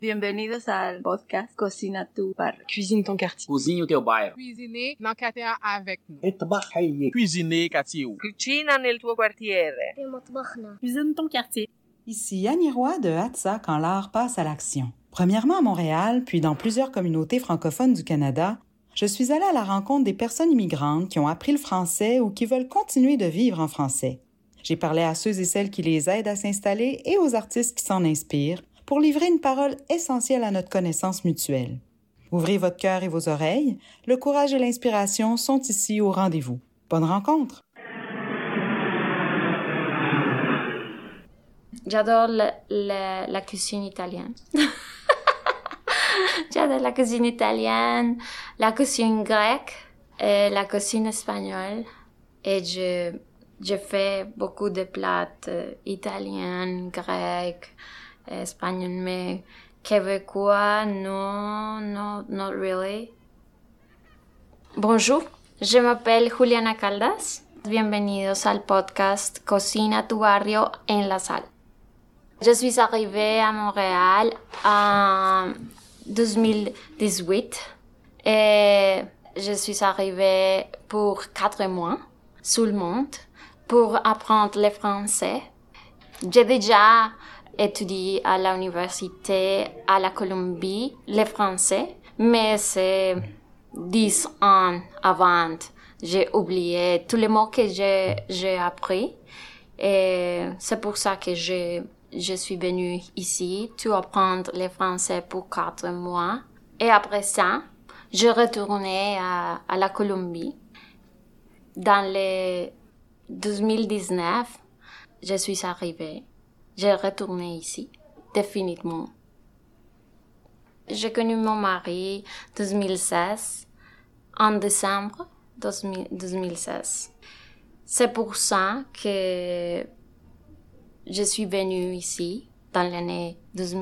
Bienvenidos al podcast Cocina tu Barrio. Cuisine ton quartier. Cozinhe o teu bairro. Cuisiner dans quartier avec nous. اطبخ حيك. Cuisiner quartier. Cucina nel tuo quartiere. Cuisine ton quartier. Ici Annie Roy de Hatsa quand l'art passe à l'action. Premièrement à Montréal, puis dans plusieurs communautés francophones du Canada, je suis allée à la rencontre des personnes immigrantes qui ont appris le français ou qui veulent continuer de vivre en français. J'ai parlé à ceux et celles qui les aident à s'installer et aux artistes qui s'en inspirent pour livrer une parole essentielle à notre connaissance mutuelle. Ouvrez votre cœur et vos oreilles, le courage et l'inspiration sont ici au rendez-vous. Bonne rencontre! J'adore la cuisine italienne. J'adore la cuisine italienne, la cuisine grecque et la cuisine espagnole. Et je fais beaucoup de plats italiens, grecs, espagnols, mais québécois, not really. Bonjour, je m'appelle Juliana Caldas. Bienvenidos al podcast Cocina tu Barrio en la Salle. Je suis arrivée à Montréal en 2018 et je suis arrivée pour 4 mois seulement pour apprendre le français. J'ai déjà étudié à l'université à la Colombie le français, mais c'est 10 ans avant. J'ai oublié tous les mots que j'ai appris et c'est pour ça que je suis venue ici pour apprendre le français pour 4 mois. Et après ça, je retournais à la Colombie. Dans le 2019, je suis arrivée. J'ai retourné ici, définitivement. J'ai connu mon mari en 2016, en décembre 2016. C'est pour ça que je suis venue ici dans l'année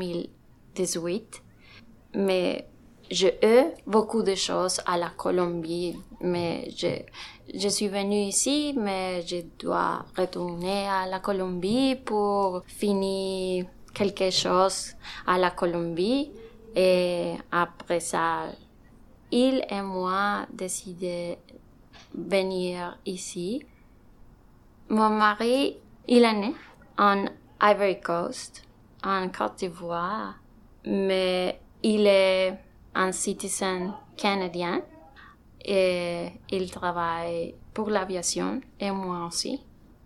2018, mais j'ai eu beaucoup de choses à la Colombie, mais je suis venue ici, mais je dois retourner à la Colombie pour finir quelque chose à la Colombie. Et après ça, il et moi décidé venir ici. Mon mari, il est né en Ivory Coast, en Côte d'Ivoire, mais il est un citoyen canadien et il travaille pour l'aviation et moi aussi.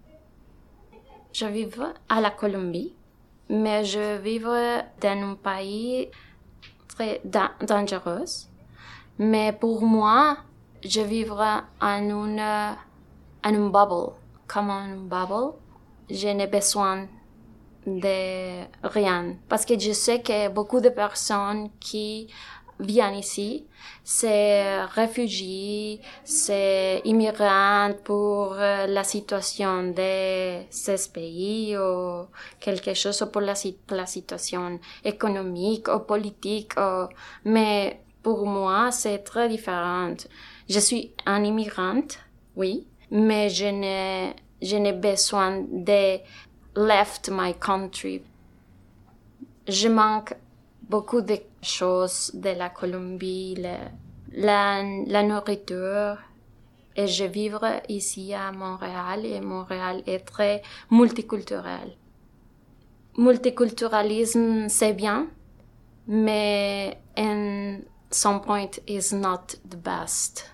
Je vis à la Colombie, mais je vis dans un pays très dangereux. Mais pour moi, je vivrai en une bubble, comme une bubble. Je n'ai besoin de rien. Parce que je sais que beaucoup de personnes qui viennent ici, c'est réfugiés, c'est immigrants pour la situation de ces pays ou quelque chose pour la situation économique ou politique. Mais pour moi, c'est très différent. Je suis un immigrante, oui, mais je n'ai besoin de left my country. Je manque beaucoup de choses de la Colombie, la nourriture. Et je vivre ici à Montréal et Montréal est très multiculturel. Multiculturalisme, c'est bien, mais in some point is not the best.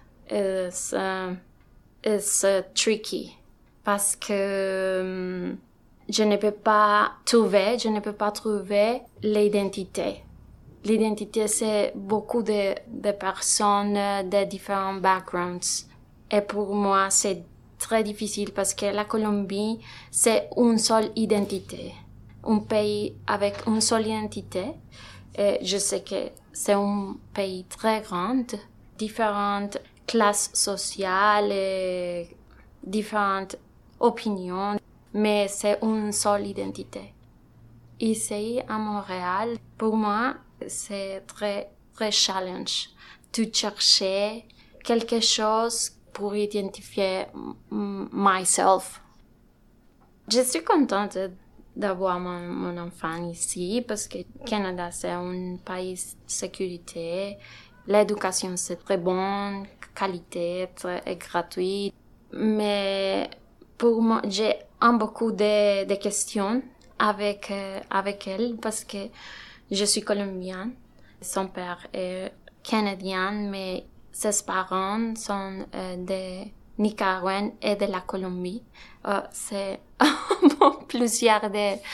It's tricky parce que je ne peux pas trouver l'identité. L'identité, c'est beaucoup de personnes de différents backgrounds. Et pour moi, c'est très difficile parce que la Colombie, c'est une seule identité. Un pays avec une seule identité. Et je sais que c'est un pays très grand, différentes classes sociales et différentes opinions, mais c'est une seule identité. Ici, à Montréal, pour moi, c'est très, très challenge de chercher quelque chose pour identifier myself. Je suis contente d'avoir mon enfant ici parce que le Canada, c'est un pays de sécurité. L'éducation, c'est très bonne, qualité, très gratuite. Mais pour moi, j'ai beaucoup de questions avec elle parce que je suis colombienne. Son père est canadien, mais ses parents sont des Nicaraguayens et de la Colombie. C'est plusieurs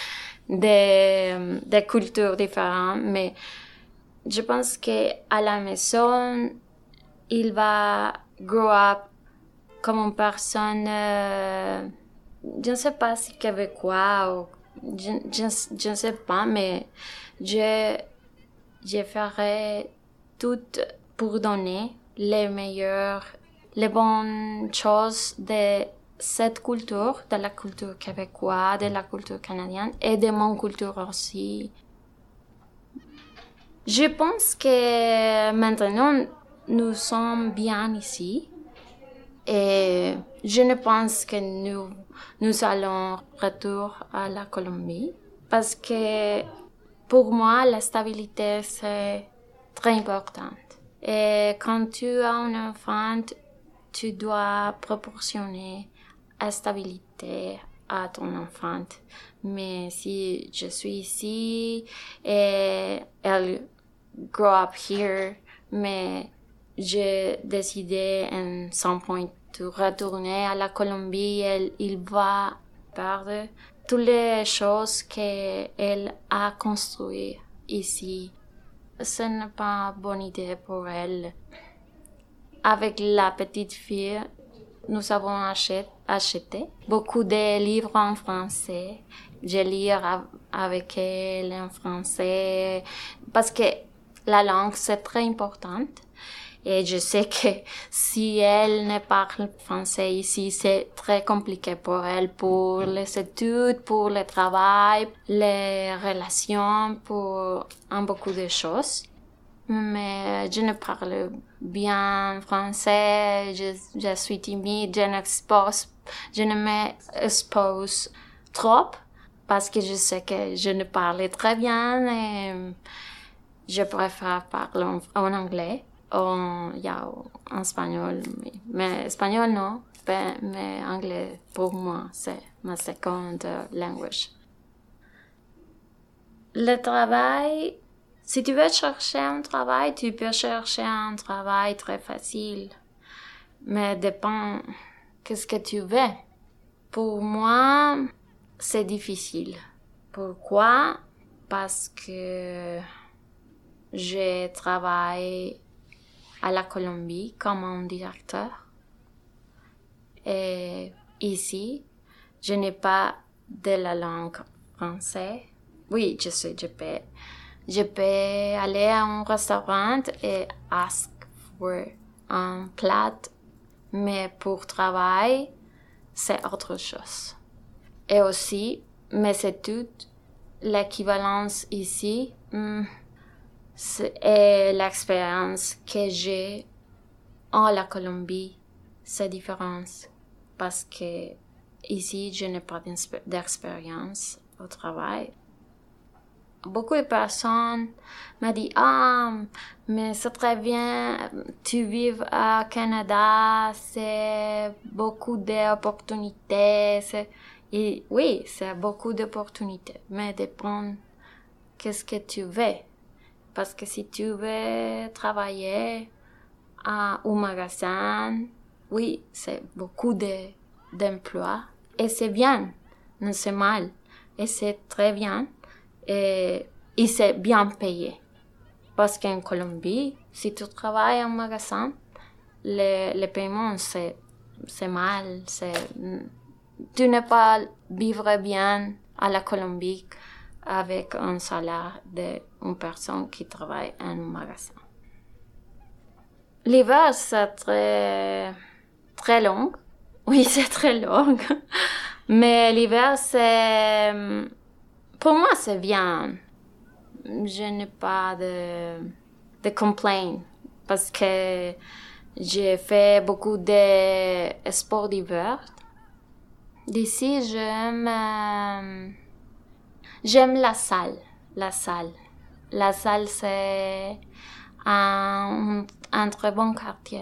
de cultures différentes, mais je pense que à la maison, il va grow up comme une personne, je ne sais pas si québécois ou je ne sais pas, mais je ferai tout pour donner les bonnes choses de cette culture, de la culture québécoise, de la culture canadienne et de mon culture aussi. Je pense que maintenant, nous sommes bien ici et je ne pense que nous allons retourner à la Colombie parce que pour moi, la stabilité, c'est très important. Et quand tu as un enfant, tu dois proportionner la stabilité à ton enfant. Mais si je suis ici et elle grow up here, mais j'ai décidé en some point de retourner à la Colombie, il va perdre toutes les choses qu'elle a construites ici. Ce n'est pas une bonne idée pour elle. Avec la petite fille, nous avons acheté beaucoup de livres en français. Je lis avec elle en français parce que la langue, c'est très importante. Et je sais que si elle ne parle français ici, c'est très compliqué pour elle, pour les études, pour le travail, les relations, pour beaucoup de choses. Mais je ne parle bien français, je suis timide, je ne m'expose trop parce que je sais que je ne parle très bien et je préfère parler en anglais. En espagnol, mais espagnol non, mais anglais pour moi c'est ma seconde langue. Le travail, si tu veux chercher un travail, tu peux chercher un travail très facile, mais dépend qu'est-ce que tu veux. Pour moi, c'est difficile. Pourquoi? Parce que je travaille à la Colombie comme un directeur. Et ici, je n'ai pas de la langue française. Oui, je sais, je peux aller à un restaurant et ask for un plat, mais pour travail, c'est autre chose. Et aussi, mes études, l'équivalence ici, et l'expérience que j'ai en la Colombie, c'est différent parce que ici, je n'ai pas d'expérience au travail. Beaucoup de personnes m'ont dit « Ah, mais c'est très bien, tu vis au Canada, c'est beaucoup d'opportunités. » Et oui, c'est beaucoup d'opportunités, mais dépend qu'est-ce que tu veux. Parce que si tu veux travailler au magasin, oui, c'est beaucoup d'emplois. Et c'est bien, non c'est mal. Et c'est très bien. Et c'est bien payé. Parce qu'en Colombie, si tu travailles en magasin, le paiement, c'est mal. Tu ne peux pas vivre bien à la Colombie avec un salaire d'une personne qui travaille en un magasin. L'hiver, c'est très, très long. Oui, c'est très long. Mais l'hiver, pour moi, c'est bien. Je n'ai pas de complaints parce que j'ai fait beaucoup de sports d'hiver. D'ici, j'aime J'aime la salle. La salle. La salle, c'est un très bon quartier.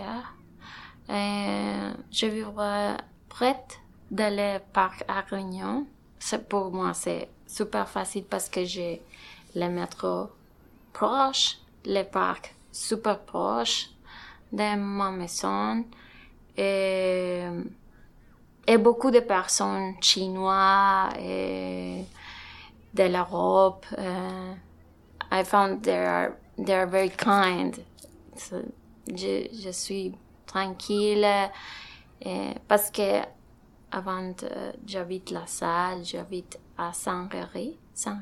Je vivrai prête d'aller au parc à Réunion. Pour moi, c'est super facile parce que j'ai le métro proche, le parc super proche de ma maison et beaucoup de personnes chinoises et de l'Europe. I found they are very kind. So, je suis tranquille parce que avant j'habite la salle, j'habite à Saint-Henri.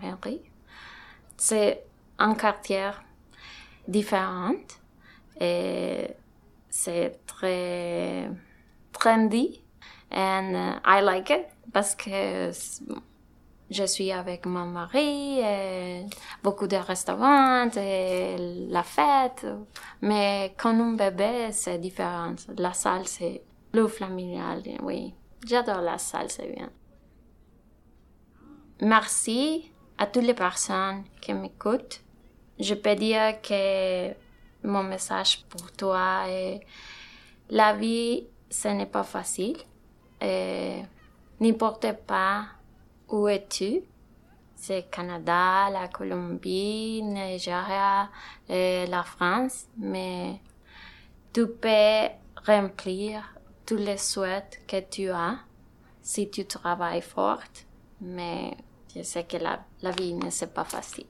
C'est un quartier différent et c'est très trendy and I like it parce que je suis avec mon mari, et beaucoup de restaurants, et la fête. Mais quand un bébé, c'est différent. La salle, c'est le familial, oui. J'adore la salle, c'est bien. Merci à toutes les personnes qui m'écoutent. Je peux dire que mon message pour toi est la vie, ce n'est pas facile. Et n'importe pas où es-tu? C'est Canada, la Colombie, Nigeria, la France, mais tu peux remplir tous les souhaits que tu as si tu travailles fort, mais je sais que la vie ne c'est pas facile.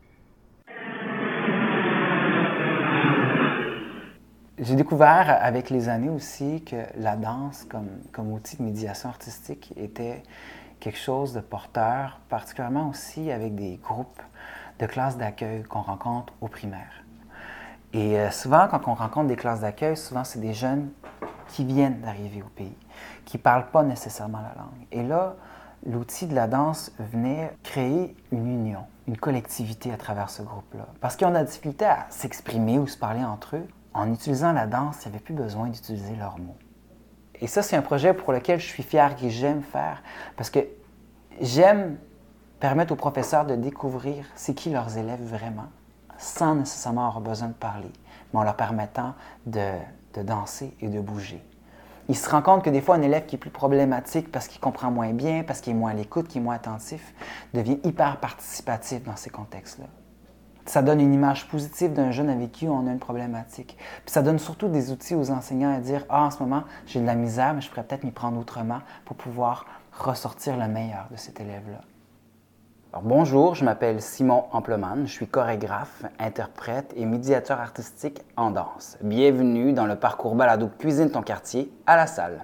J'ai découvert avec les années aussi que la danse comme outil de médiation artistique était quelque chose de porteur, particulièrement aussi avec des groupes de classes d'accueil qu'on rencontre au primaire. Et souvent, quand on rencontre des classes d'accueil, souvent c'est des jeunes qui viennent d'arriver au pays, qui ne parlent pas nécessairement la langue. Et là, l'outil de la danse venait créer une union, une collectivité à travers ce groupe-là. Parce qu'on a difficulté à s'exprimer ou se parler entre eux. En utilisant la danse, il n'y avait plus besoin d'utiliser leurs mots. Et ça, c'est un projet pour lequel je suis fier et j'aime faire, parce que j'aime permettre aux professeurs de découvrir c'est qui leurs élèves vraiment, sans nécessairement avoir besoin de parler, mais en leur permettant de danser et de bouger. Ils se rendent compte que des fois, un élève qui est plus problématique parce qu'il comprend moins bien, parce qu'il est moins à l'écoute, qu'il est moins attentif, devient hyper participatif dans ces contextes-là. Ça donne une image positive d'un jeune avec qui on a une problématique. Puis ça donne surtout des outils aux enseignants à dire « Ah, en ce moment, j'ai de la misère, mais je pourrais peut-être m'y prendre autrement pour pouvoir ressortir le meilleur de cet élève-là. » Alors, bonjour, je m'appelle Simon Ampleman, je suis chorégraphe, interprète et médiateur artistique en danse. Bienvenue dans le parcours balado Cuisine ton quartier à la salle.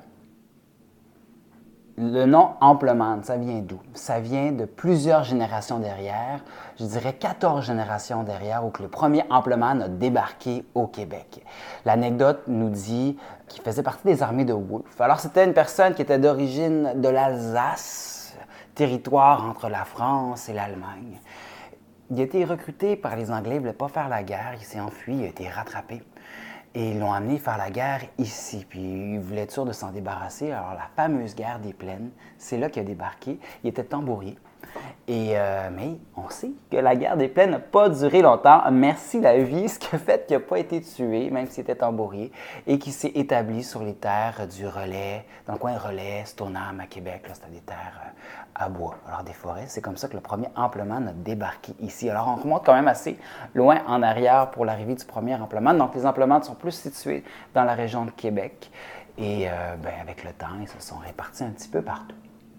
Le nom Ampleman, ça vient d'où? Ça vient de plusieurs générations derrière, je dirais 14 générations derrière, où que le premier Ampleman a débarqué au Québec. L'anecdote nous dit qu'il faisait partie des armées de Wolfe. Alors c'était une personne qui était d'origine de l'Alsace, territoire entre la France et l'Allemagne. Il a été recruté par les Anglais, il ne voulait pas faire la guerre, il s'est enfui, il a été rattrapé. Et ils l'ont amené faire la guerre ici. Puis il voulait être sûr de s'en débarrasser. Alors la fameuse guerre des Plaines, c'est là qu'il a débarqué. Il était tambourier. Mais on sait que la guerre des Plaines n'a pas duré longtemps. Merci la vie, ce qui a fait qu'il n'a pas été tué, même s'il était tambourier, et qu'il s'est établi sur les terres du Relais, dans le coin Relais, Stoneham, à Québec. Là, c'était des terres à bois, alors des forêts. C'est comme ça que le premier Ampleman a débarqué ici. Alors on remonte quand même assez loin en arrière pour l'arrivée du premier Ampleman. Donc les Amplemans sont plus situés dans la région de Québec. Et avec le temps, ils se sont répartis un petit peu partout.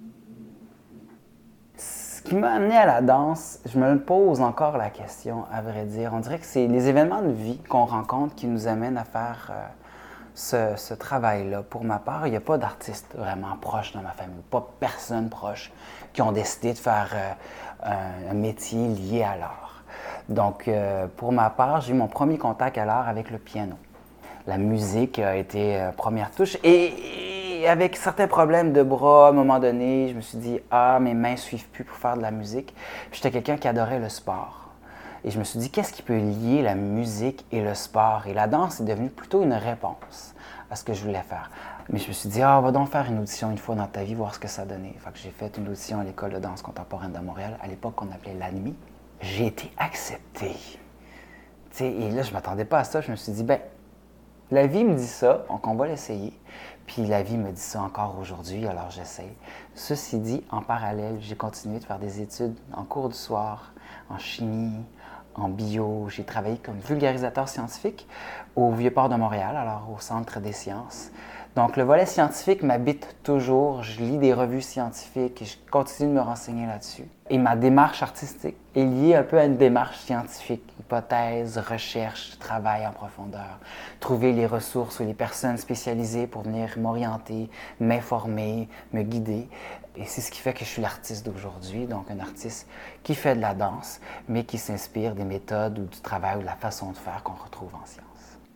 Ce qui m'a amené à la danse, je me pose encore la question, à vrai dire. On dirait que c'est les événements de vie qu'on rencontre qui nous amènent à faire ce travail-là. Pour ma part, il n'y a pas d'artistes vraiment proches dans ma famille, pas personne proche qui ont décidé de faire un métier lié à l'art. Donc, pour ma part, j'ai eu mon premier contact à l'art avec le piano. La musique a été première touche et avec certains problèmes de bras, à un moment donné, je me suis dit « Ah, mes mains ne suivent plus pour faire de la musique. » J'étais quelqu'un qui adorait le sport. Et je me suis dit « Qu'est-ce qui peut lier la musique et le sport? » Et la danse est devenue plutôt une réponse à ce que je voulais faire. Mais je me suis dit, on va donc faire une audition une fois dans ta vie, voir ce que ça donnait. Fait que j'ai fait une audition à l'École de danse contemporaine de Montréal, à l'époque qu'on appelait l'ANMI. J'ai été accepté. T'sais, et là, je ne m'attendais pas à ça. Je me suis dit, la vie me dit ça, donc on va l'essayer. Puis la vie me dit ça encore aujourd'hui, alors j'essaie. Ceci dit, en parallèle, j'ai continué de faire des études en cours du soir, en chimie, en bio. J'ai travaillé comme vulgarisateur scientifique au Vieux-Port de Montréal, alors au Centre des sciences. Donc le volet scientifique m'habite toujours. Je lis des revues scientifiques et je continue de me renseigner là-dessus. Et ma démarche artistique est liée un peu à une démarche scientifique. Hypothèse, recherche, travail en profondeur. Trouver les ressources ou les personnes spécialisées pour venir m'orienter, m'informer, me guider. Et c'est ce qui fait que je suis l'artiste d'aujourd'hui, donc un artiste qui fait de la danse, mais qui s'inspire des méthodes ou du travail ou de la façon de faire qu'on retrouve en sciences.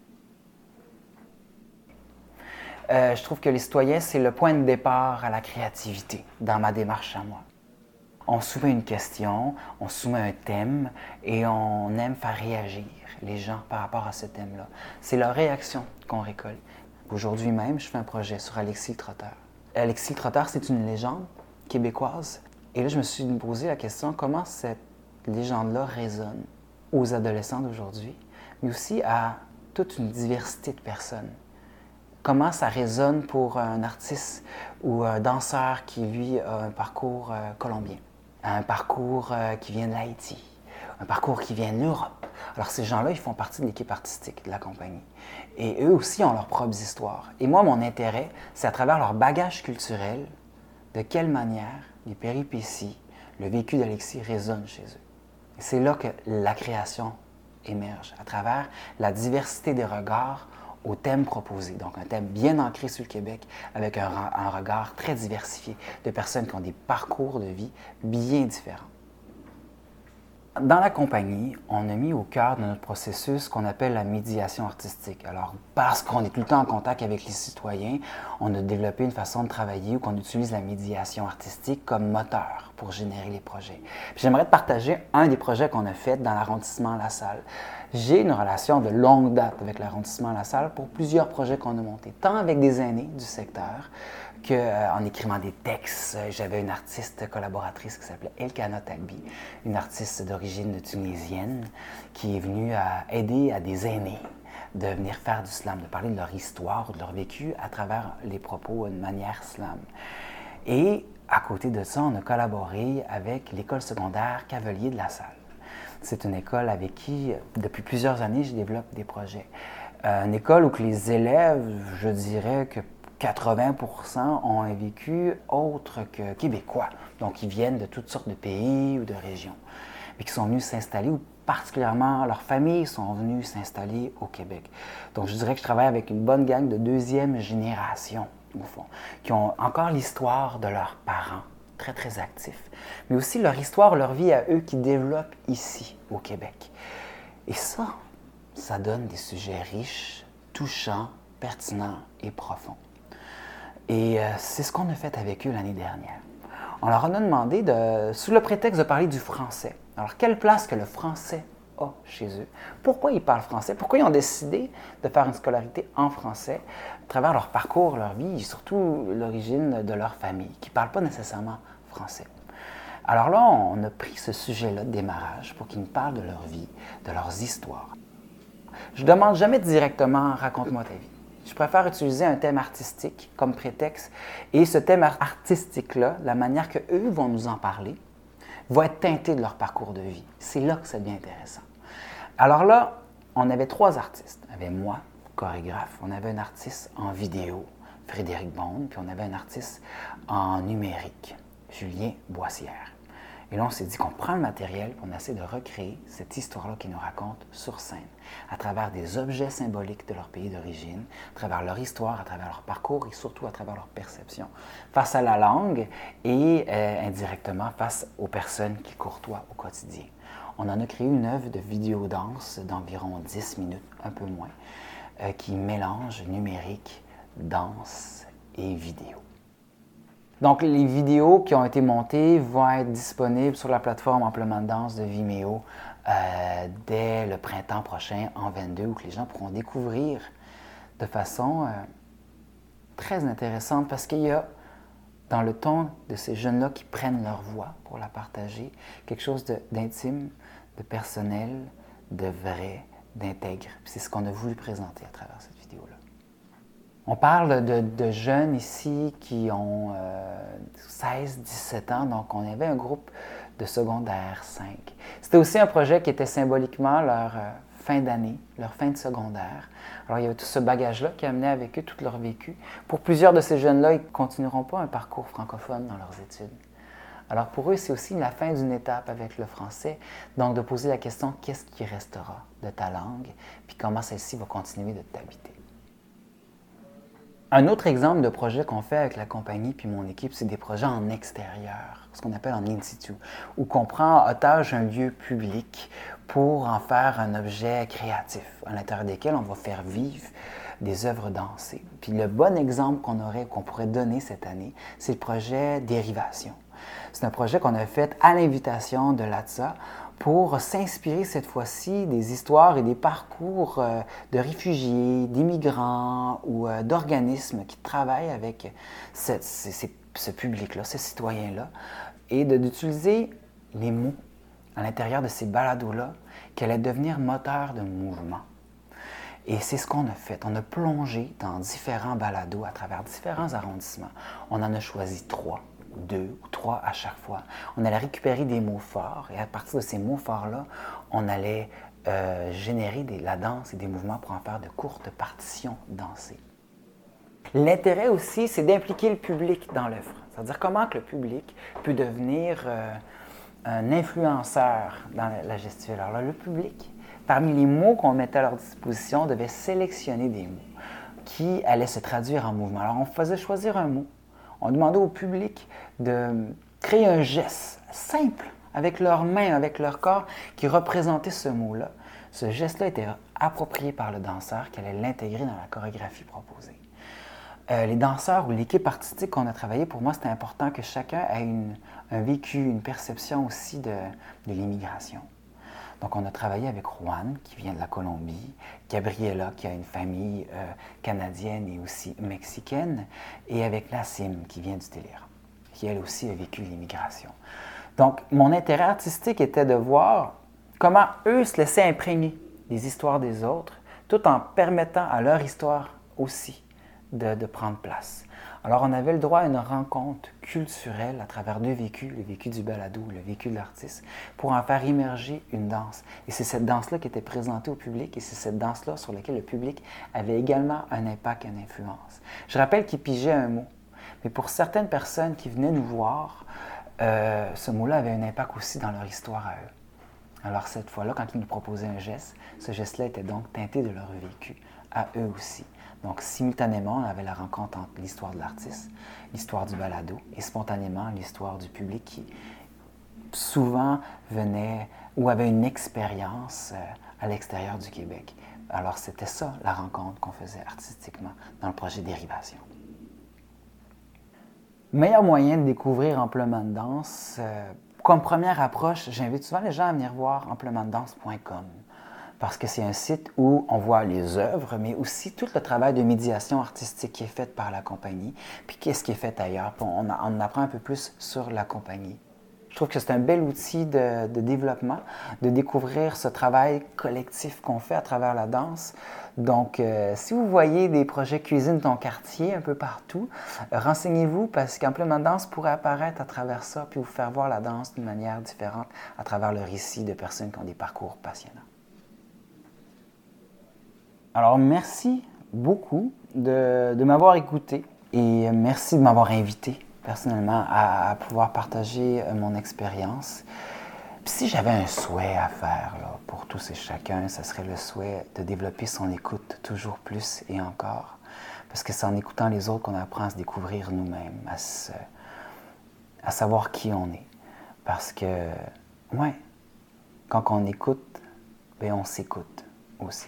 Je trouve que les citoyens, c'est le point de départ à la créativité dans ma démarche à moi. On soumet une question, on soumet un thème et on aime faire réagir les gens par rapport à ce thème-là. C'est leur réaction qu'on récolte. Aujourd'hui même, je fais un projet sur Alexis le Trotteur. Alexis le Trotteur, c'est une légende québécoise. Et là, je me suis posé la question, comment cette légende-là résonne aux adolescents d'aujourd'hui, mais aussi à toute une diversité de personnes. Comment ça résonne pour un artiste ou un danseur qui, lui, a un parcours colombien, un parcours qui vient de l'Haïti, un parcours qui vient de l'Europe. Alors, ces gens-là, ils font partie de l'équipe artistique de la compagnie. Et eux aussi ont leurs propres histoires. Et moi, mon intérêt, c'est à travers leur bagage culturel, de quelle manière les péripéties, le vécu d'Alexis résonnent chez eux. Et c'est là que la création émerge, à travers la diversité des regards au thème proposé. Donc, un thème bien ancré sur le Québec, avec un regard très diversifié de personnes qui ont des parcours de vie bien différents. Dans la compagnie, on a mis au cœur de notre processus ce qu'on appelle la médiation artistique. Alors, parce qu'on est tout le temps en contact avec les citoyens, on a développé une façon de travailler où on utilise la médiation artistique comme moteur pour générer les projets. Puis j'aimerais te partager un des projets qu'on a fait dans l'arrondissement La Salle. J'ai une relation de longue date avec l'arrondissement La Salle pour plusieurs projets qu'on a montés, tant avec des aînés du secteur qu'en écrivant des textes. J'avais une artiste collaboratrice qui s'appelait Elkana Talbi, une artiste d'origine tunisienne qui est venue aider à des aînés de venir faire du slam, de parler de leur histoire ou de leur vécu à travers les propos de manière slam. Et à côté de ça, on a collaboré avec l'école secondaire Cavelier de La Salle. C'est une école avec qui, depuis plusieurs années, je développe des projets. Une école où que les élèves, je dirais que 80% ont un vécu autre que québécois. Donc, ils viennent de toutes sortes de pays ou de régions, mais qui sont venus s'installer, ou particulièrement leurs familles sont venues s'installer au Québec. Donc, je dirais que je travaille avec une bonne gang de deuxième génération, au fond, qui ont encore l'histoire de leurs parents, très, très actifs, mais aussi leur histoire, leur vie à eux qui développent ici, au Québec. Et ça donne des sujets riches, touchants, pertinents et profonds. Et c'est ce qu'on a fait avec eux l'année dernière. On leur a demandé, sous le prétexte de parler du français. Alors, quelle place que le français a chez eux? Pourquoi ils parlent français? Pourquoi ils ont décidé de faire une scolarité en français à travers leur parcours, leur vie, et surtout l'origine de leur famille, qui ne parlent pas nécessairement français? Alors là, on a pris ce sujet-là de démarrage pour qu'ils nous parlent de leur vie, de leurs histoires. Je ne demande jamais directement « raconte-moi ta vie ». Je préfère utiliser un thème artistique comme prétexte. Et ce thème artistique-là, la manière qu'eux vont nous en parler, va être teinté de leur parcours de vie. C'est là que ça devient intéressant. Alors là, on avait 3 artistes. On avait moi, chorégraphe. On avait un artiste en vidéo, Frédéric Bond. Puis on avait un artiste en numérique, Julien Boissière. Et là, on s'est dit qu'on prend le matériel et on essaie de recréer cette histoire-là qu'ils nous racontent sur scène, à travers des objets symboliques de leur pays d'origine, à travers leur histoire, à travers leur parcours et surtout à travers leur perception, face à la langue et indirectement face aux personnes qui courtoient au quotidien. On en a créé une œuvre de vidéo-danse d'environ 10 minutes, un peu moins, qui mélange numérique, danse et vidéo. Donc, les vidéos qui ont été montées vont être disponibles sur la plateforme Amplement de danse de Vimeo dès le printemps prochain, en 2022, où les gens pourront découvrir de façon très intéressante parce qu'il y a, dans le ton de ces jeunes-là qui prennent leur voix pour la partager, quelque chose d'intime, de personnel, de vrai, d'intègre. C'est ce qu'on a voulu présenter à travers cette vidéo-là. On parle de jeunes ici qui ont 16-17 ans, donc on avait un groupe de secondaire 5. C'était aussi un projet qui était symboliquement leur fin d'année, leur fin de secondaire. Alors il y avait tout ce bagage-là qui amenait avec eux tout leur vécu. Pour plusieurs de ces jeunes-là, ils ne continueront pas un parcours francophone dans leurs études. Alors pour eux, c'est aussi la fin d'une étape avec le français, donc de poser la question « qu'est-ce qui restera de ta langue? Puis comment celle-ci va continuer de t'habiter? » Un autre exemple de projet qu'on fait avec la compagnie puis mon équipe, c'est des projets en extérieur, ce qu'on appelle en in situ, où on prend en otage un lieu public pour en faire un objet créatif, à l'intérieur desquels on va faire vivre des œuvres dansées. Puis le bon exemple qu'on pourrait donner cette année, c'est le projet Dérivation. C'est un projet qu'on a fait à l'invitation de l'ATSA pour s'inspirer cette fois-ci des histoires et des parcours de réfugiés, d'immigrants ou d'organismes qui travaillent avec ce public-là, ces citoyens-là, et d'utiliser les mots à l'intérieur de ces balados-là qui allaient devenir moteurs de mouvement. Et c'est ce qu'on a fait. On a plongé dans différents balados à travers différents arrondissements. On en a choisi 3. 2 ou 3 à chaque fois. On allait récupérer des mots forts et à partir de ces mots forts-là, on allait générer la danse et des mouvements pour en faire de courtes partitions dansées. L'intérêt aussi, c'est d'impliquer le public dans l'œuvre. C'est-à-dire comment que le public peut devenir un influenceur dans la gestuelle. Alors là, le public, parmi les mots qu'on mettait à leur disposition, devait sélectionner des mots qui allaient se traduire en mouvement. Alors on faisait choisir un mot. On demandait au public de créer un geste simple avec leurs mains, avec leur corps, qui représentait ce mot-là. Ce geste-là était approprié par le danseur qui allait l'intégrer dans la chorégraphie proposée. Les danseurs ou l'équipe artistique qu'on a travaillé, pour moi, c'était important que chacun ait un vécu, une perception aussi de l'immigration. Donc, on a travaillé avec Juan, qui vient de la Colombie, Gabriela, qui a une famille canadienne et aussi mexicaine, et avec Nassim, qui vient du Téléran, qui elle aussi a vécu l'immigration. Donc, mon intérêt artistique était de voir comment eux se laissaient imprégner des histoires des autres, tout en permettant à leur histoire aussi de prendre place. Alors, on avait le droit à une rencontre culturelle à travers 2 vécus, le vécu du balado, le vécu de l'artiste, pour en faire immerger une danse. Et c'est cette danse-là qui était présentée au public et c'est cette danse-là sur laquelle le public avait également un impact et une influence. Je rappelle qu'ils pigeaient un mot, mais pour certaines personnes qui venaient nous voir, ce mot-là avait un impact aussi dans leur histoire à eux. Alors, cette fois-là, quand ils nous proposaient un geste, ce geste-là était donc teinté de leur vécu, à eux aussi. Donc, simultanément, on avait la rencontre entre l'histoire de l'artiste, l'histoire du balado et spontanément l'histoire du public qui souvent venait ou avait une expérience à l'extérieur du Québec. Alors, c'était ça, la rencontre qu'on faisait artistiquement dans le projet Dérivation. Meilleur moyen de découvrir Amplement de danse, comme première approche, j'invite souvent les gens à venir voir amplementdedance.com. Parce que c'est un site où on voit les œuvres, mais aussi tout le travail de médiation artistique qui est fait par la compagnie, puis qu'est-ce qui est fait ailleurs. Puis on apprend un peu plus sur la compagnie. Je trouve que c'est un bel outil de développement, de découvrir ce travail collectif qu'on fait à travers la danse. Donc, si vous voyez des projets cuisine ton quartier un peu partout, renseignez-vous parce qu'Amplement de danse pourrait apparaître à travers ça, puis vous faire voir la danse d'une manière différente à travers le récit de personnes qui ont des parcours passionnants. Alors, merci beaucoup de m'avoir écouté et merci de m'avoir invité personnellement à pouvoir partager mon expérience. Puis si j'avais un souhait à faire là, pour tous et chacun, ce serait le souhait de développer son écoute toujours plus et encore. Parce que c'est en écoutant les autres qu'on apprend à se découvrir nous-mêmes, à savoir qui on est. Parce que, ouais, quand on écoute, bien, on s'écoute aussi.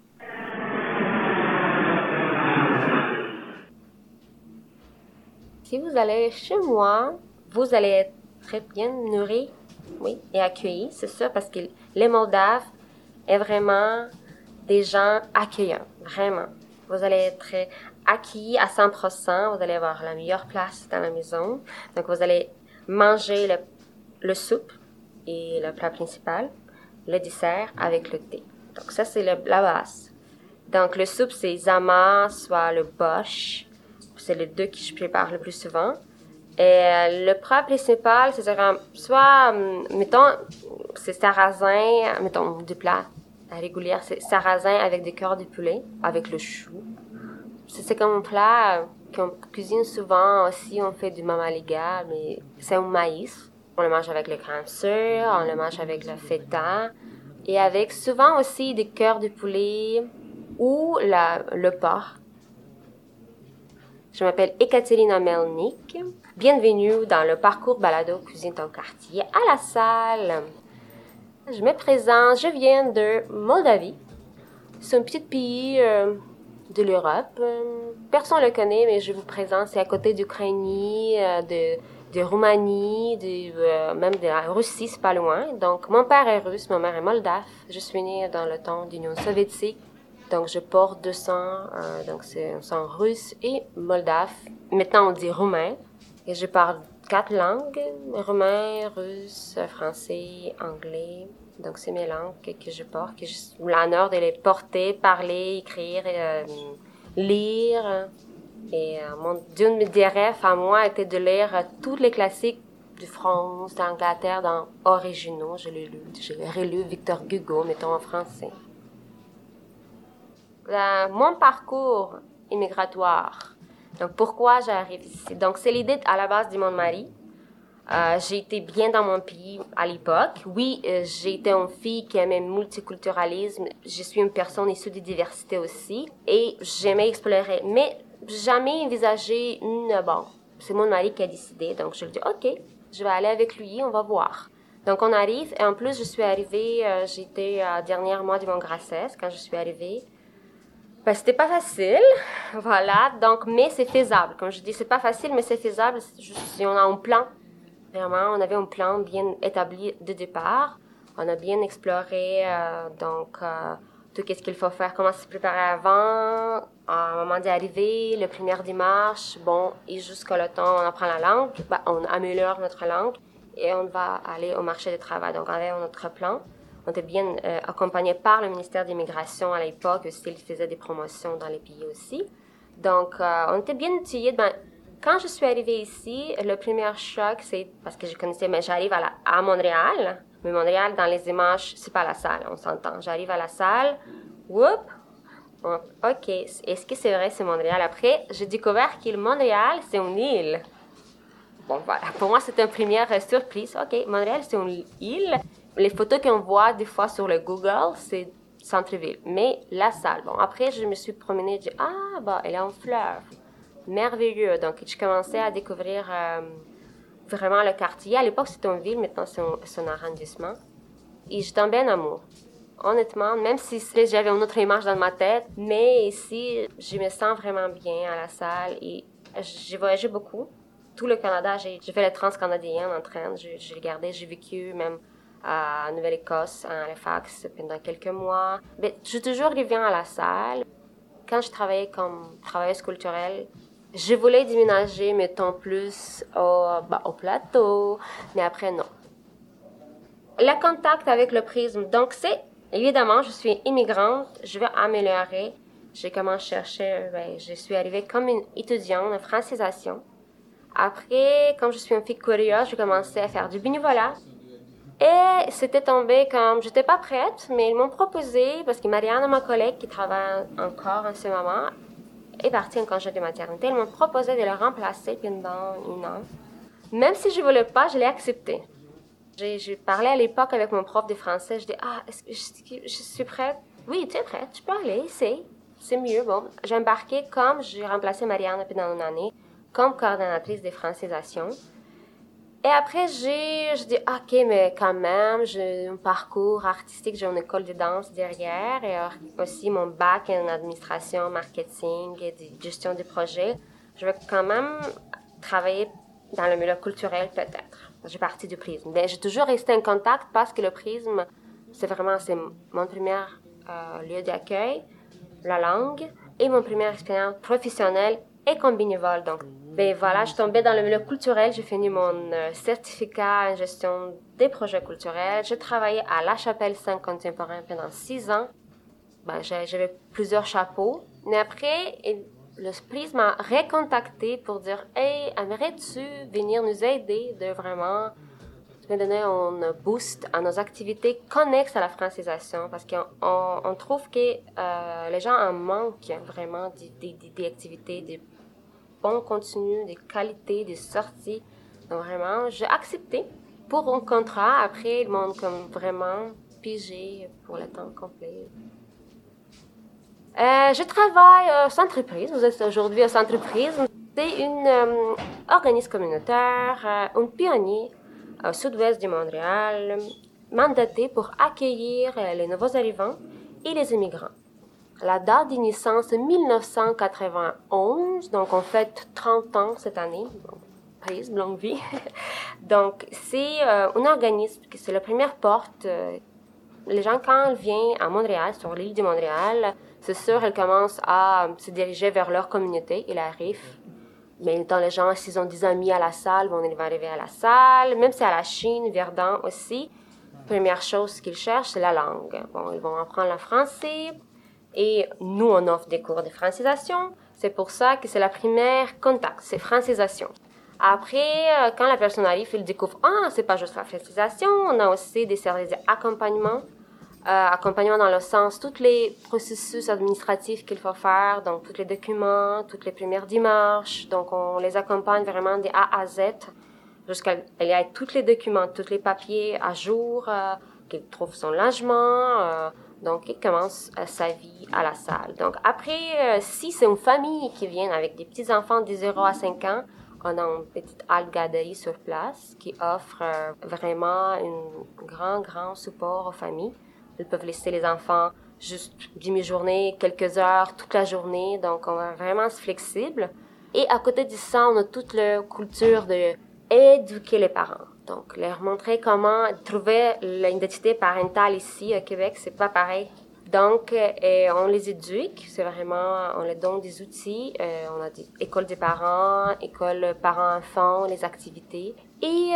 Si vous allez chez moi, vous allez être très bien nourri, oui, et accueilli, c'est ça, parce que les Moldaves est vraiment des gens accueillants, vraiment. Vous allez être acquis à 100%. Vous allez avoir la meilleure place dans la maison. Donc, vous allez manger le soupe et le plat principal, le dessert avec le thé. Donc, ça, c'est la base. Donc, le soupe, c'est zama, soit le boche. C'est les deux que je prépare le plus souvent. Et le plat principal, c'est soit, mettons, c'est sarrasin, mettons, du plat régulier, c'est sarrasin avec des cœurs de poulet, avec le chou. C'est comme un plat qu'on cuisine souvent aussi, on fait du mamaliga, mais c'est un maïs. On le mange avec le crème sure, on le mange avec le feta, et avec souvent aussi des cœurs de poulet ou le porc. Je m'appelle Ekaterina Melnik. Bienvenue dans le parcours balado Cuisine ton quartier à la salle. Je me présente, je viens de Moldavie. C'est un petit pays de l'Europe. Personne ne le connaît, mais je vous présente, c'est à côté d'Ukraine, de Roumanie, même de la Russie, c'est pas loin. Donc, mon père est russe, ma mère est moldave. Je suis née dans le temps d'Union soviétique. Donc, je porte 2 sangs, donc c'est un sang russe et moldave. Maintenant, on dit roumain. Et je parle 4 langues, roumain, russe, français, anglais. Donc, c'est mes langues que je porte, que j'ai l'honneur de les porter, parler, écrire, lire. Et d'une de mes rêves à moi était de lire tous les classiques de France, d'Angleterre, dans originaux. Je l'ai relu Victor Hugo, mettons en français. Mon parcours immigratoire. Donc, pourquoi j'arrive ici? Donc, c'est l'idée à la base de mon mari. J'ai été bien dans mon pays à l'époque. Oui, j'ai été une fille qui aimait le multiculturalisme. Je suis une personne issue de diversité aussi. Et j'aimais explorer. Mais jamais envisagé c'est mon mari qui a décidé. Donc, je lui dis, OK, je vais aller avec lui, on va voir. Donc, on arrive. Et en plus, je suis arrivée, j'étais dernier mois de mon grossesse quand je suis arrivée. Ben, c'était pas facile, voilà, donc, mais c'est faisable. Comme je dis, c'est pas facile, mais c'est faisable si on a un plan. Vraiment, on avait un plan bien établi de départ. On a bien exploré, tout ce qu'il faut faire, comment se préparer avant, au moment d'arriver, le première démarche, et jusqu'à le temps on apprend la langue, on améliore notre langue et on va aller au marché du travail. Donc, on avait notre plan. On était bien accompagné par le ministère de l'Immigration à l'époque, aussi, il faisait des promotions dans les pays aussi. Donc, on était bien outillés. Quand je suis arrivée ici, le premier choc, c'est parce que je connaissais, mais j'arrive à Montréal. Mais Montréal, dans les images, c'est pas la salle, on s'entend. J'arrive à la salle, OK, est-ce que c'est vrai, c'est Montréal? Après, j'ai découvert que Montréal, c'est une île. Bon, voilà, pour moi, c'était une première surprise. OK, Montréal, c'est une île. Les photos qu'on voit des fois sur le Google, c'est centre-ville. Mais la salle, après, je me suis promenée, je dis, elle est en fleurs. Merveilleux. Donc, je commençais à découvrir vraiment le quartier. À l'époque, c'était une ville, maintenant, c'est un arrondissement. Et je tombais en amour. Honnêtement, même si j'avais une autre image dans ma tête, mais ici, je me sens vraiment bien à la salle. Et j'ai voyagé beaucoup. Tout le Canada, j'ai fait le transcanadien en train. J'ai regardé, j'ai vécu même à Nouvelle-Écosse, à Halifax, pendant quelques mois. Mais je toujours reviens à la salle. Quand je travaillais comme travailleuse culturelle, je voulais déménager, mettons, plus au plateau, mais après, non. Le contact avec le prisme, donc c'est, évidemment, je suis immigrante, je veux améliorer. J'ai commencé à chercher, je suis arrivée comme une étudiante en francisation. Après, comme je suis une fille curieuse, j'ai commencé à faire du bénévolat. Et c'était tombé comme, j'étais pas prête, mais ils m'ont proposé, parce que Marianne, ma collègue qui travaille encore en ce moment, est partie en congé de maternité. Ils m'ont proposé de le remplacer pendant 1 an. Même si je voulais pas, je l'ai accepté. J'ai parlé à l'époque avec mon prof de français, je dis, est-ce que je suis prête? Oui, tu es prête, tu peux aller, c'est mieux. Bon, j'ai embarqué comme j'ai remplacé Marianne pendant 1 année, comme coordonnatrice de francisation. Et après, je dis, OK, mais quand même, j'ai un parcours artistique, j'ai une école de danse derrière, et aussi mon bac en administration, marketing et gestion des projets. Je vais quand même travailler dans le milieu culturel, peut-être. J'ai parti du prisme. Mais j'ai toujours resté en contact parce que le prisme, c'est mon premier lieu d'accueil, la langue. et mon première expérience professionnelle et comme bénévole. Donc, ben voilà, je tombais dans le milieu culturel. J'ai fini mon certificat en gestion des projets culturels. J'ai travaillé à La Chapelle 5 contemporain pendant 6 ans. Ben, j'avais plusieurs chapeaux. Mais après, le Prise m'a recontacté pour dire « Hey, aimerais-tu venir nous aider de vraiment donner un boost à nos activités connexes à la francisation? » Parce qu'on trouve que les gens en manquent vraiment des activités, des bons contenus, des qualités, des sorties. Donc vraiment, j'ai accepté pour un contrat. Après, ils m'ont comme vraiment pigé pour le temps complet. Je travaille au Centre-Prise. Vous êtes aujourd'hui au Centre-Prise. C'est un organisme communautaire, un pionnier au sud-ouest de Montréal, mandaté pour accueillir les nouveaux arrivants et les immigrants. La date de naissance est 1991, donc on fête 30 ans cette année. Prise, longue vie. Donc, c'est un organisme qui c'est la première porte. Les gens, quand ils viennent à Montréal, sur l'île de Montréal, c'est sûr, ils commencent à se diriger vers leur communauté. Ils arrivent. Mais dans les gens, s'ils ont des amis à la salle, bon, ils vont arriver à la salle. Même si à la Chine, Verdun aussi, première chose qu'ils cherchent, c'est la langue. Bon, ils vont apprendre le français. Et nous, on offre des cours de francisation. C'est pour ça que c'est la première contact, c'est francisation. Après, quand la personne arrive, il découvre, c'est pas juste la francisation, on a aussi des services d'accompagnement. Accompagnement dans le sens, tous les processus administratifs qu'il faut faire, donc tous les documents, toutes les premières démarches. Donc, on les accompagne vraiment de A à Z jusqu'à il y a tous les documents, tous les papiers à jour, qu'il trouve son logement. Donc, il commence sa vie à la salle. Donc, après, si c'est une famille qui vient avec des petits-enfants de 0 à 5 ans, on a une petite algaderie sur place qui offre vraiment un grand support aux familles. Ils peuvent laisser les enfants juste demi-journée, quelques heures, toute la journée. Donc, on est vraiment flexible. Et à côté de ça, on a toute la culture d'éduquer les parents. Donc, leur montrer comment trouver l'identité parentale ici, au Québec, c'est pas pareil. Donc, on les éduque, c'est vraiment, on leur donne des outils. On a des écoles des parents, écoles parents-enfants, les activités. Et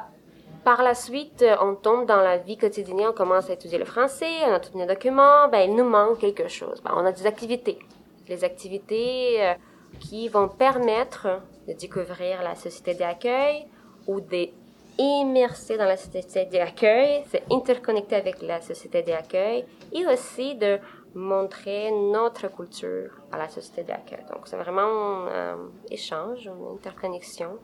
par la suite, on tombe dans la vie quotidienne, on commence à étudier le français, on a tous nos documents, il nous manque quelque chose. On a des activités. Les activités qui vont permettre de découvrir la société d'accueil ou d'immerser dans la société d'accueil, c'est interconnecter avec la société d'accueil et aussi de montrer notre culture à la société d'accueil. Donc, c'est vraiment un échange, une interconnexion.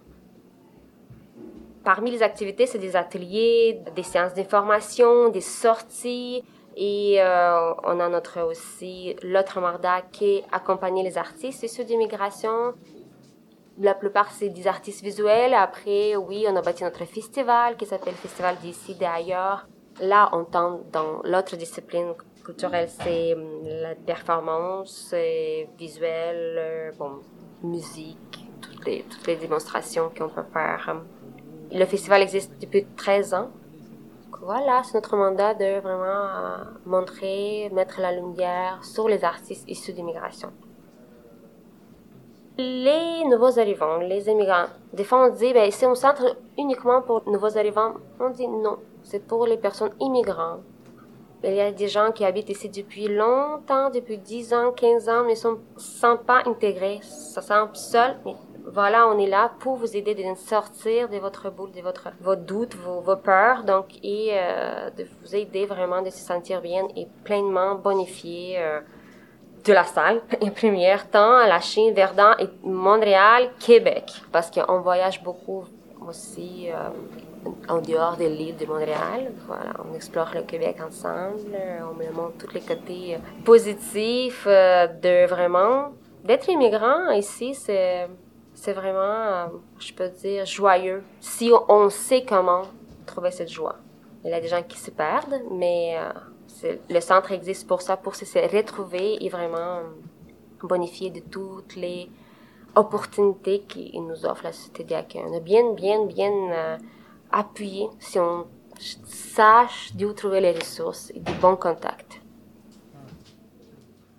Parmi les activités, c'est des ateliers, des séances d'information, des sorties. Et on a l'autre mandat qui est accompagner les artistes issus d'immigration. La plupart, c'est des artistes visuels. Après, oui, on a bâti notre festival qui s'appelle Festival d'ici, d'ailleurs. Là, on tente dans l'autre discipline culturelle, c'est la performance visuelle, musique, toutes les démonstrations qu'on peut faire. Le festival existe depuis 13 ans. Voilà, c'est notre mandat de vraiment mettre la lumière sur les artistes issus d'immigration. Les nouveaux arrivants, les immigrants, des fois on dit, c'est un centre uniquement pour nouveaux arrivants. On dit non, c'est pour les personnes immigrantes. Il y a des gens qui habitent ici depuis longtemps, depuis 10 ans, 15 ans, mais ne sont pas intégrés, se sentent seuls. Mais voilà, on est là pour vous aider de sortir de votre boule, de vos doutes, vos peurs, et de vous aider vraiment de se sentir bien et pleinement bonifié de la salle, en première temps, à la Chine, Verdun, et Montréal, Québec, parce qu'on voyage beaucoup aussi en dehors de l'île de Montréal. Voilà, on explore le Québec ensemble, on me montre tous les côtés positifs d'être immigrant ici, c'est vraiment, je peux dire, joyeux, si on sait comment trouver cette joie. Il y a des gens qui se perdent, mais le centre existe pour ça, pour se retrouver et vraiment bonifier de toutes les opportunités qu'il nous offre la société d'accueil. On est bien appuyé si on sache d'où trouver les ressources et des bons contacts.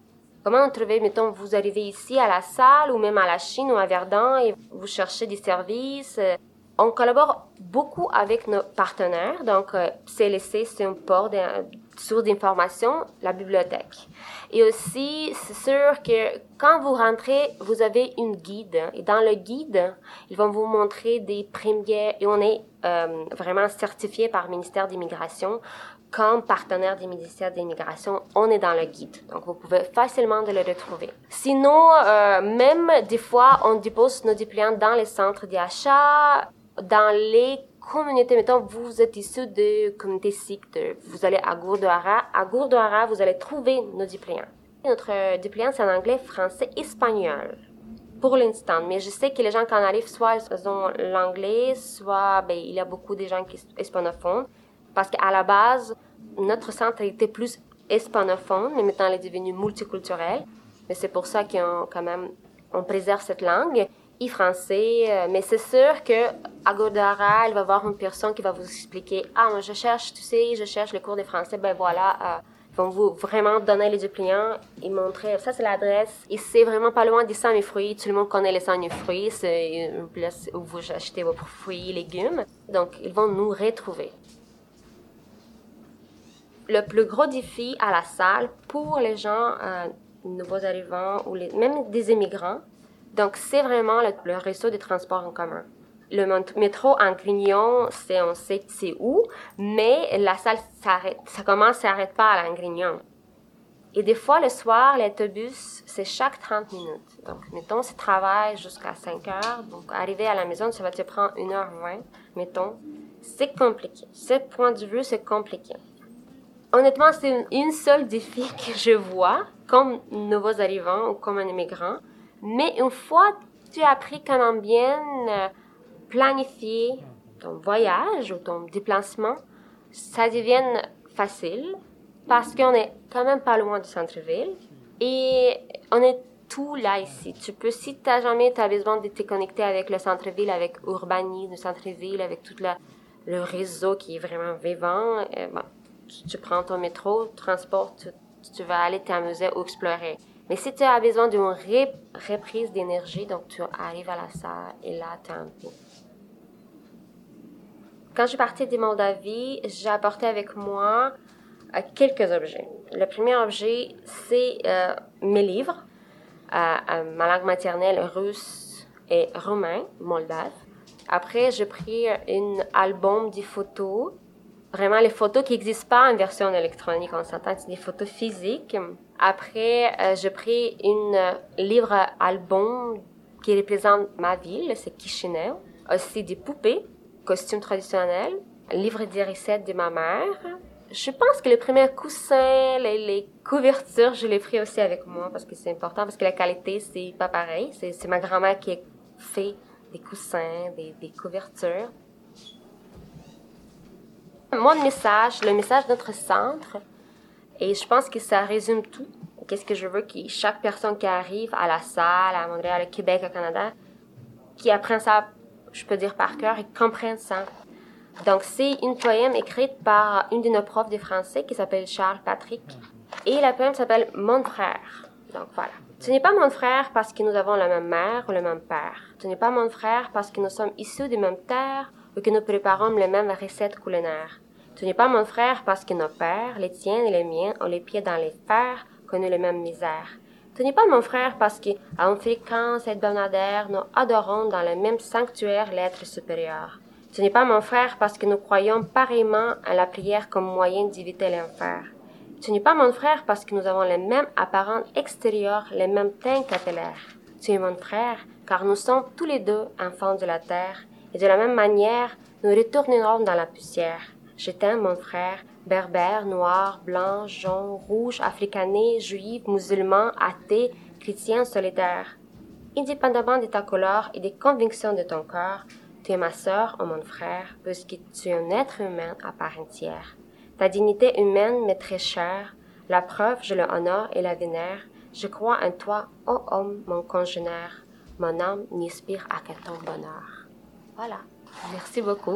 Comment trouver, mettons, vous arrivez ici à la salle ou même à la Chine ou à Verdun et vous cherchez des services. On collabore beaucoup avec nos partenaires. Donc, CLSC, c'est un port de source d'information, la bibliothèque. Et aussi, c'est sûr que quand vous rentrez, vous avez une guide. Et dans le guide, ils vont vous montrer des premiers... Et on est vraiment certifié par le ministère de l'Immigration. Comme partenaire du ministère de l'Immigration, on est dans le guide. Donc, vous pouvez facilement le retrouver. Sinon, même des fois, on dépose nos dépliants dans les centres d'achat, dans les communautés. Mettons, vous êtes issu de communauté sikh, vous allez à Gurdwara. À Gurdwara, vous allez trouver nos dépliants. Notre dépliant, c'est en anglais, français, espagnol. Pour l'instant. Mais je sais que les gens, quand on arrive, soit ils ont l'anglais, soit il y a beaucoup de gens qui sont hispanophones. Parce qu'à la base, notre centre était plus hispanophone, mais maintenant il est devenu multiculturel. Mais c'est pour ça on préserve cette langue et français. Mais c'est sûr qu'à Gurdwara, il va y avoir une personne qui va vous expliquer « Ah, moi je cherche les cours de français. » Ben voilà, ils vont vous vraiment donner les dépliants et montrer « Ça, c'est l'adresse. » Et c'est vraiment pas loin des Sang et Fruits. Tout le monde connaît les Sang et Fruits. C'est une place où vous achetez vos fruits et légumes. Donc, ils vont nous retrouver. Le plus gros défi à la salle pour les gens nouveaux arrivants ou même des immigrants, donc c'est vraiment le réseau de transport en commun. Le métro en Grignon, on sait c'est où, mais la salle s'arrête, ça commence et s'arrête pas à Grignon. Et des fois, le soir, l'autobus, c'est chaque 30 minutes. Donc, mettons, si tu travailles jusqu'à 5 heures, donc arriver à la maison, ça va te prendre 1h20, mettons. C'est compliqué. Ce point de vue, c'est compliqué. Honnêtement, c'est une seule défi que je vois comme nouveaux arrivants ou comme un immigrant. Mais une fois que tu as appris comment bien planifier ton voyage ou ton déplacement, ça devient facile parce qu'on est quand même pas loin du centre-ville et on est tout là ici. Si tu as besoin de te connecter avec le centre-ville, avec Urbanie, le centre-ville, avec tout le réseau qui est vraiment vivant, tu prends ton métro, transport, tu vas aller t'amuser ou explorer. Mais si tu as besoin d'une reprise d'énergie, donc tu arrives à la salle et là, tu as un peu. Quand je suis partie de Moldavie, j'ai apporté avec moi quelques objets. Le premier objet, c'est mes livres, ma langue maternelle russe et roumain, moldave. Après, j'ai pris un album de photos. Vraiment, les photos qui n'existent pas en version électronique, on s'entend, c'est des photos physiques. Après, j'ai pris un livre-album qui représente ma ville, c'est Chisinau. Aussi des poupées, costumes traditionnels, livre des recettes de ma mère. Je pense que les premiers coussins, les couvertures, je les pris aussi avec moi parce que c'est important, parce que la qualité, c'est pas pareil. C'est ma grand-mère qui a fait des coussins, des couvertures. Mon message, le message de notre centre, et je pense que ça résume tout. Qu'est-ce que je veux que chaque personne qui arrive à la salle, à Montréal, au Québec, au Canada, qui apprend ça, je peux dire par cœur, et comprenne ça. Donc, c'est une poème écrite par une de nos profs de français qui s'appelle Charles Patrick. Et la poème s'appelle « Mon frère ». Donc, voilà. Tu n'es pas mon frère parce que nous avons la même mère ou le même père. Tu n'es pas mon frère parce que nous sommes issus des mêmes terres ou que nous préparons les mêmes recettes culinaires. Tu n'es pas mon frère parce que nos pères, les tiens et les miens, ont les pieds dans les fers, connu les mêmes misères. Tu n'es pas mon frère parce qu'à une fréquence hebdomadaire, nous adorons dans le même sanctuaire l'être supérieur. Tu n'es pas mon frère parce que nous croyons pareillement à la prière comme moyen d'éviter l'enfer. Tu n'es pas mon frère parce que nous avons les mêmes apparences extérieures, les mêmes teintes capillaires. Tu es mon frère car nous sommes tous les deux enfants de la terre et de la même manière, nous retournerons dans la poussière. Je t'aime, mon frère, berbère, noir, blanc, jaune, rouge, africané, juif, musulman, athée, chrétien, solitaire. Indépendamment de ta couleur et des convictions de ton corps, tu es ma sœur ou mon frère, puisque tu es un être humain à part entière. Ta dignité humaine m'est très chère, la preuve, je le honore et la vénère. Je crois en toi, ô homme, mon congénère. Mon âme n'inspire à que ton bonheur. Voilà. Merci beaucoup.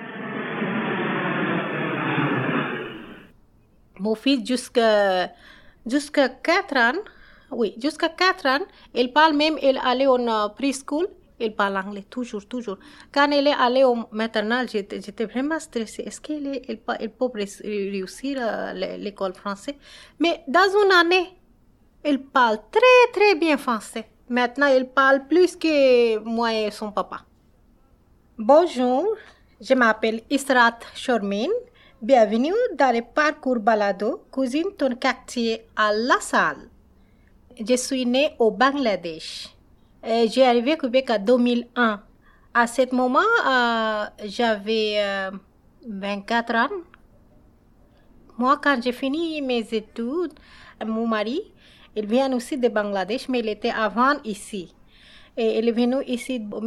مفيد jusqu'à Jusqu'à 4 ans, oui, jusqu'à 4 ans, elle parle même, elle allait en preschool, elle parle anglais, toujours. Quand elle est allée au maternel, j'étais vraiment stressée. Est-ce qu'elle peut réussir l'école française? Mais dans une année, elle parle très, très bien français. Maintenant, elle parle plus que moi et son papa. Bonjour, je m'appelle Israt Shormin. Bienvenue dans le parcours balado Cuisine ton quartier à La Salle. Je suis née au Bangladesh. J'ai arrivé au Québec en 2001. À ce moment, j'avais 24 ans. Moi, quand j'ai fini mes études, mon mari, il vient aussi de Bangladesh, mais il était avant ici. Et il est venu ici en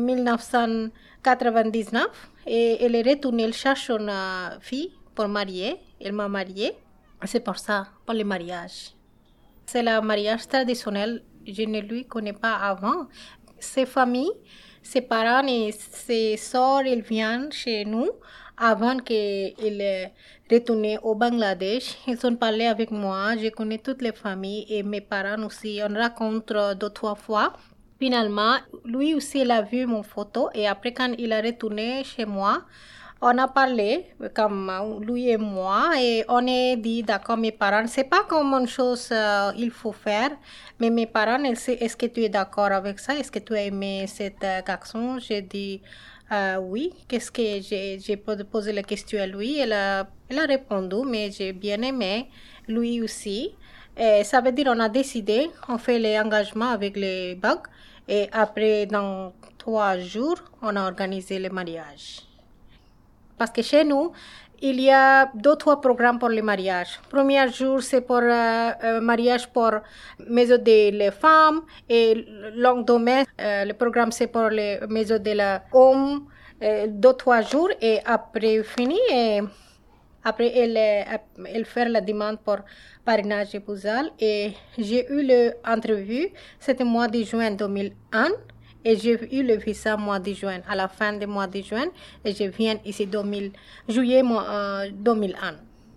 1999 et il est retourné, il cherche une fille pour marier. Il m'a mariée. C'est pour ça, pour le mariage. C'est le mariage traditionnel. Je ne lui connais pas avant. Ses familles, ses parents et ses soeurs, ils viennent chez nous avant qu'il retourne au Bangladesh. Ils ont parlé avec moi. Je connais toutes les familles et mes parents aussi. On rencontre 2-3 fois. Finalement, lui aussi, il a vu mon photo et après, quand il a retourné chez moi, on a parlé comme lui et moi et on a dit d'accord, mes parents, c'est pas comme une chose il faut faire, mais mes parents, ils disent, est-ce que tu es d'accord avec ça? Est-ce que tu as aimé cet garçon? J'ai dit oui. Qu'est-ce que j'ai posé la question à lui? Elle a répondu, mais j'ai bien aimé lui aussi. Et ça veut dire on a décidé, on fait l'engagement avec les bagues et après, dans 3 jours, on a organisé le mariage. Parce que chez nous, il y a 2-3 programmes pour le mariage. Premier jour, c'est pour mariage pour maison des femmes et lendemain, le programme c'est pour les maisons de l'homme, 2-3 jours et après fini. Et après, elle fait la demande pour parrainage épousal et j'ai eu l'entrevue, c'était mois de juin 2001 et j'ai eu le visa mois de juin, à la fin du mois de juin et je viens ici juillet 2001.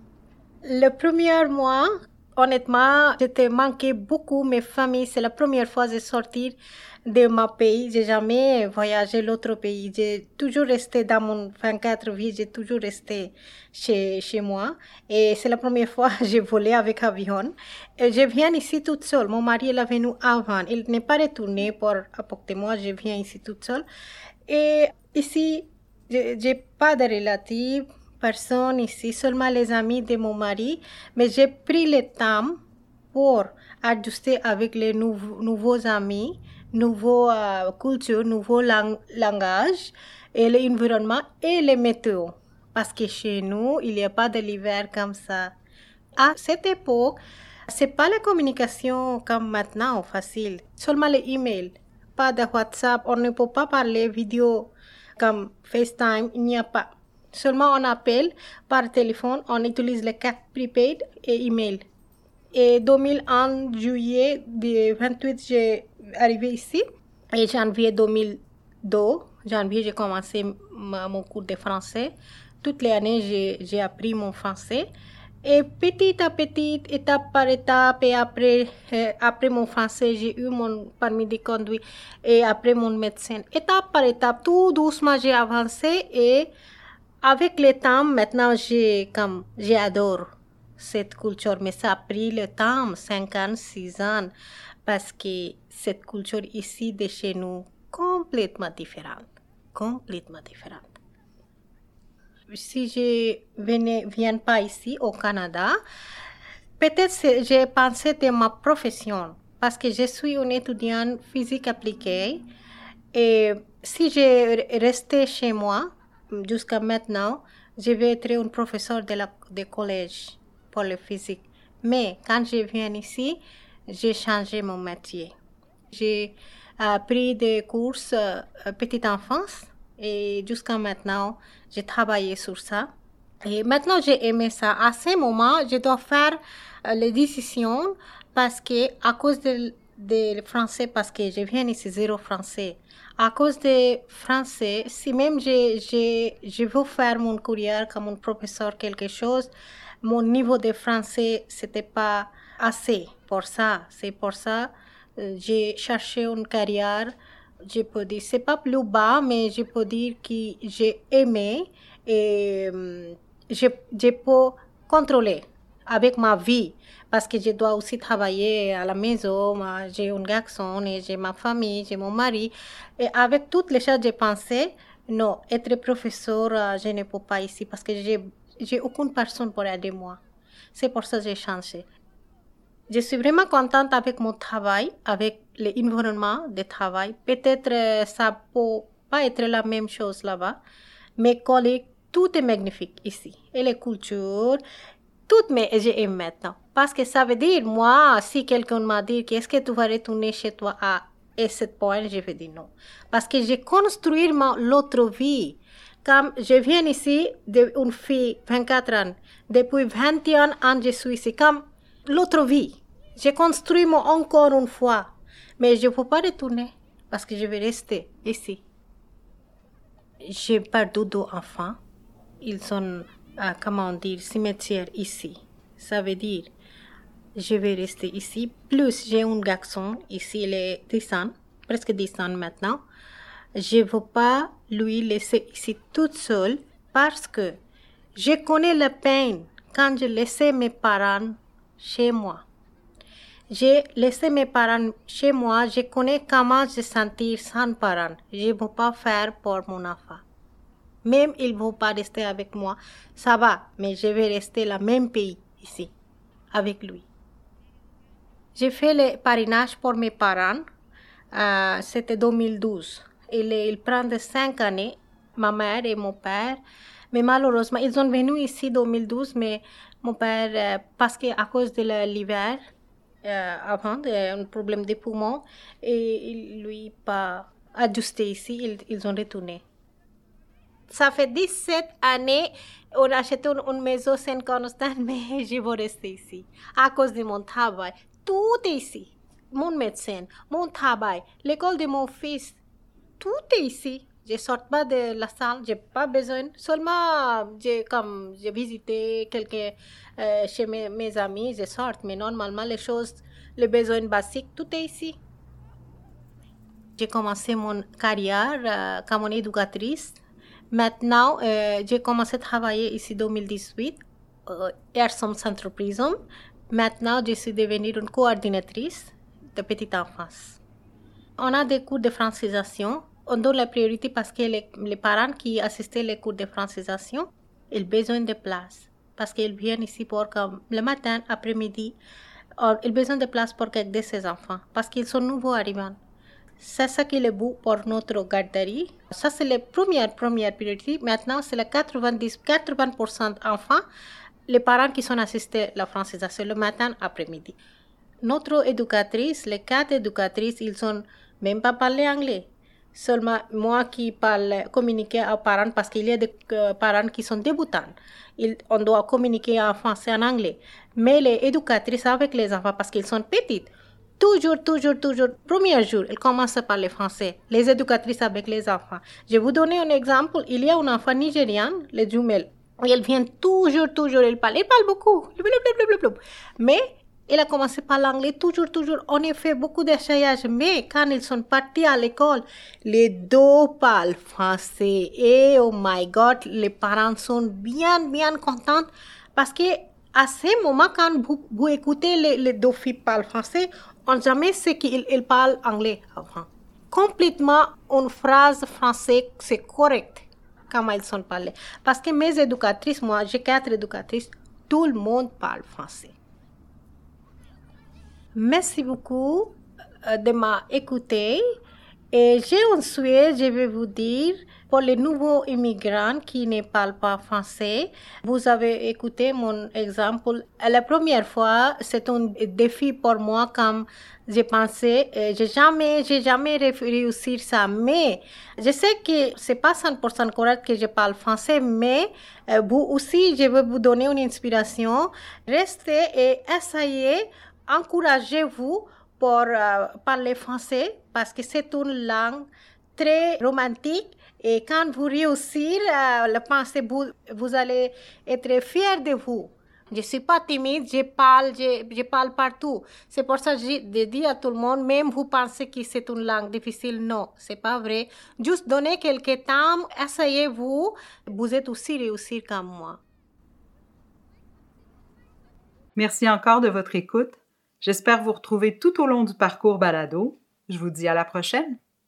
Le premier mois, honnêtement, j'étais manqué beaucoup mes familles. C'est la première fois que j'ai sorti de mon pays. J'ai jamais voyagé l'autre pays. J'ai toujours resté dans mon 24 vies. J'ai toujours resté chez moi. Et c'est la première fois que j'ai volé avec avion. Et je viens ici toute seule. Mon mari est venu avant. Il n'est pas retourné pour apporter moi. Je viens ici toute seule. Et ici, j'ai pas de relatifs. Personne ici, seulement les amis de mon mari, mais j'ai pris le temps pour ajuster avec les nouveaux amis, nouveaux cultures, nouveaux langages et l'environnement et les météos. Parce que chez nous, il n'y a pas de l'hiver comme ça. À cette époque, c'est pas la communication comme maintenant facile, seulement les emails, pas de WhatsApp, on ne peut pas parler vidéo comme FaceTime, il n'y a pas. Seulement on appelle par téléphone, on utilise les cartes prepaid et email. Et 2001, juillet 28, j'ai arrivé ici. Et janvier 2002, j'ai commencé mon cours de français. Toutes les années, j'ai appris mon français. Et petit à petit, étape par étape, et après mon français, j'ai eu mon permis de conduire et après mon médecin. Étape par étape, tout doucement, j'ai avancé et avec le temps, maintenant, j'adore cette culture, mais ça a pris le temps, 5 ans, 6 ans, parce que cette culture ici de chez nous, complètement différente. Si je viens pas ici au Canada, peut-être j'ai pensé de ma profession, parce que je suis une étudiante physique appliquée, et si je restais chez moi, jusqu'à maintenant, je vais être un professeur de collège pour le physique. Mais quand je viens ici, j'ai changé mon métier. J'ai pris des cours petite enfance et jusqu'à maintenant, j'ai travaillé sur ça. Et maintenant, j'ai aimé ça. À ce moment, je dois faire les décisions parce que à cause de français, parce que je viens ici zéro français. À cause de français, si même je veux faire mon carrière comme un professeur quelque chose, mon niveau de français c'était pas assez pour ça. C'est pour ça j'ai cherché une carrière. Je peux dire, c'est pas plus bas, mais je peux dire que j'ai aimé et je peux contrôler avec ma vie. Parce que je dois aussi travailler à la maison. J'ai un garçon et j'ai ma famille, j'ai mon mari. Et avec toutes les choses, j'ai pensé, non, être professeur, je ne peux pas ici parce que j'ai aucune personne pour aider moi. C'est pour ça que j'ai changé. Je suis vraiment contente avec mon travail, avec l'environnement de travail. Peut-être ça ne peut pas être la même chose là-bas. Mes collègues, tout est magnifique ici. Et les cultures, tout, mais j'aime maintenant. Parce que ça veut dire, moi, si quelqu'un m'a dit qu'est-ce que tu vas retourner chez toi à ce point, je vais dire non. Parce que j'ai construit l'autre vie. Comme je viens ici d'une fille, 24 ans, depuis 21 ans, je suis ici, comme l'autre vie. J'ai construit encore une fois, mais je ne peux pas retourner parce que je vais rester ici. J'ai perdu 2 enfants. Ils sont, cimetière ici. Ça veut dire, je vais rester ici. Plus, j'ai un garçon ici, il est 10 ans, presque 10 ans maintenant. Je ne veux pas lui laisser ici toute seule parce que je connais la peine quand je laissais mes parents chez moi. J'ai laissé mes parents chez moi, je connais comment se sentir sans parents. Je ne veux pas faire pour mon enfant. Même il ne veut pas rester avec moi, ça va, mais je vais rester dans le même pays ici, avec lui. J'ai fait le parrainage pour mes parents, c'était 2012. Il prend de 5 années, ma mère et mon père. Mais malheureusement, ils sont venus ici en 2012, mais mon père, parce qu'à cause de l'hiver, avant, un problème de poumon, et il lui pas ajusté ici, ils ont retourné. Ça fait 17 années, on a acheté une maison sans constant, mais je veux rester ici, à cause de mon travail. Tout est ici. Mon médecin, mon travail, l'école de mon fils, tout est ici. Je ne sors pas de la salle, je n'ai pas besoin. Seulement, j'ai visité quelques chez mes amis, je sors. Mais normalement, les besoins basiques, tout est ici. J'ai commencé mon carrière comme éducatrice. Maintenant, j'ai commencé à travailler ici en 2018, Ersoms Entreprise. Maintenant, je suis devenue une coordinatrice de petite enfance. On a des cours de francisation. On donne la priorité parce que les parents qui assistaient les cours de francisation, ils ont besoin de place. Parce qu'ils viennent ici pour comme le matin, après-midi, ils ont besoin de place pour aider ses enfants. Parce qu'ils sont nouveaux arrivants. C'est ça qui est le but pour notre garderie. Ça, c'est la première priorité. Maintenant, c'est les 80% d'enfants, les parents qui sont assistés à la francisation le matin, après-midi. Notre éducatrice, les 4 éducatrices, ils sont même pas parlé anglais. Seulement moi qui parle, communiquer aux parents parce qu'il y a des parents qui sont débutants. On doit communiquer en français et en anglais. Mais les éducatrices avec les enfants parce qu'ils sont petites, toujours, premier jour, elles commencent à parler français. Les éducatrices avec les enfants. Je vais vous donner un exemple. Il y a un enfant nigérian, les jumelles. Elle vient toujours, elle parle beaucoup. Mais il a commencé par l'anglais, toujours. On a fait beaucoup d'essayages, mais quand ils sont partis à l'école, les 2 parlent français. Et oh my God, les parents sont bien contents parce que à ce moment, quand vous écoutez les 2 filles parler français, on jamais sait qu'ils parlent anglais avant. Complètement, une phrase française, c'est correct, comment ils sont parlés. Parce que mes éducatrices, moi, j'ai 4 éducatrices, tout le monde parle français. Merci beaucoup de m'écouter. Et j'ai un souhait, je vais vous dire, pour les nouveaux immigrants qui ne parlent pas français. Vous avez écouté mon exemple. La première fois, c'est un défi pour moi, comme j'ai pensé, j'ai jamais réussi ça. Mais je sais que c'est pas 100% correct que je parle français, mais vous aussi, je vais vous donner une inspiration. Restez et essayez. Encouragez-vous pour parler français parce que c'est une langue très romantique et quand vous réussissez le français, vous allez être fiers de vous Je ne suis pas timide, je parle partout. C'est pour ça que je dis à tout le monde, même vous pensez que c'est une langue difficile, non, c'est pas vrai. Juste donnez quelques temps, essayez-vous, vous êtes aussi réussir comme moi. Merci encore de votre écoute. J'espère vous retrouver tout au long du parcours balado. Je vous dis à la prochaine.